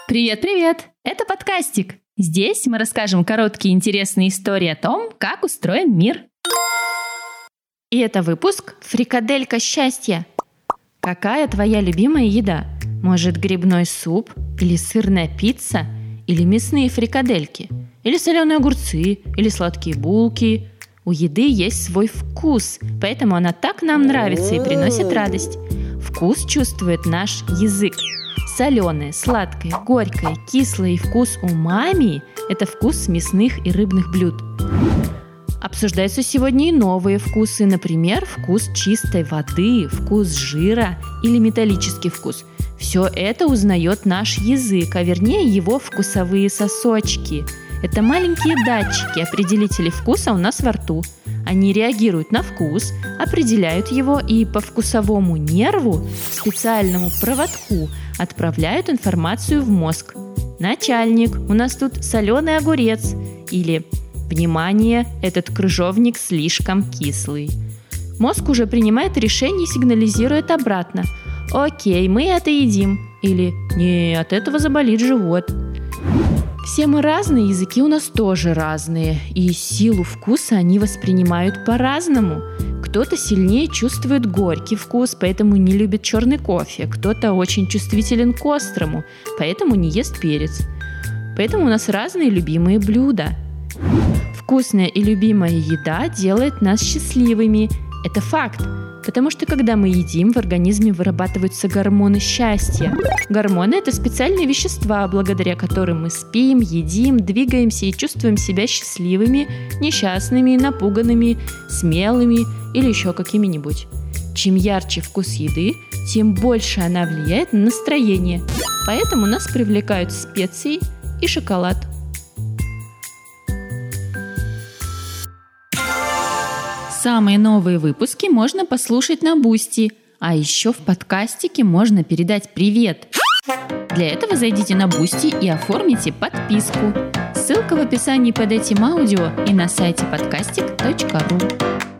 Привет-привет! Это подкастик. Здесь мы расскажем короткие интересные истории о том, как устроен мир. И это выпуск «Фрикаделька счастья». Какая твоя любимая еда? Может, грибной суп? Или сырная пицца? Или мясные фрикадельки? Или соленые огурцы? Или сладкие булки? У еды есть свой вкус, поэтому она так нам нравится и приносит радость. Вкус чувствует наш язык. Соленое, сладкое, горькое, кислое и вкус умами – это вкус мясных и рыбных блюд. Обсуждаются сегодня и новые вкусы, например, вкус чистой воды, вкус жира или металлический вкус. Все это узнает наш язык, а вернее его вкусовые сосочки. Это маленькие датчики, определители вкуса у нас во рту. Они реагируют на вкус, определяют его и по вкусовому нерву, специальному проводку, отправляют информацию в мозг. Начальник, у нас тут соленый огурец. Или внимание, этот крыжовник слишком кислый. Мозг уже принимает решение и сигнализирует обратно. Окей, мы это едим. Или нет, от этого заболит живот. Все мы разные, языки у нас тоже разные, и силу вкуса они воспринимают по-разному. Кто-то сильнее чувствует горький вкус, поэтому не любит черный кофе, кто-то очень чувствителен к острому, поэтому не ест перец. Поэтому у нас разные любимые блюда. Вкусная и любимая еда делает нас счастливыми. Это факт. Потому что когда мы едим, в организме вырабатываются гормоны счастья. Гормоны – это специальные вещества, благодаря которым мы спим, едим, двигаемся и чувствуем себя счастливыми, несчастными, напуганными, смелыми или еще какими-нибудь. Чем ярче вкус еды, тем больше она влияет на настроение. Поэтому нас привлекают специи и шоколад. Самые новые выпуски можно послушать на Boosty, а еще в подкастике можно передать привет. Для этого зайдите на Boosty и оформите подписку. Ссылка в описании под этим аудио и на сайте podcastic.ru.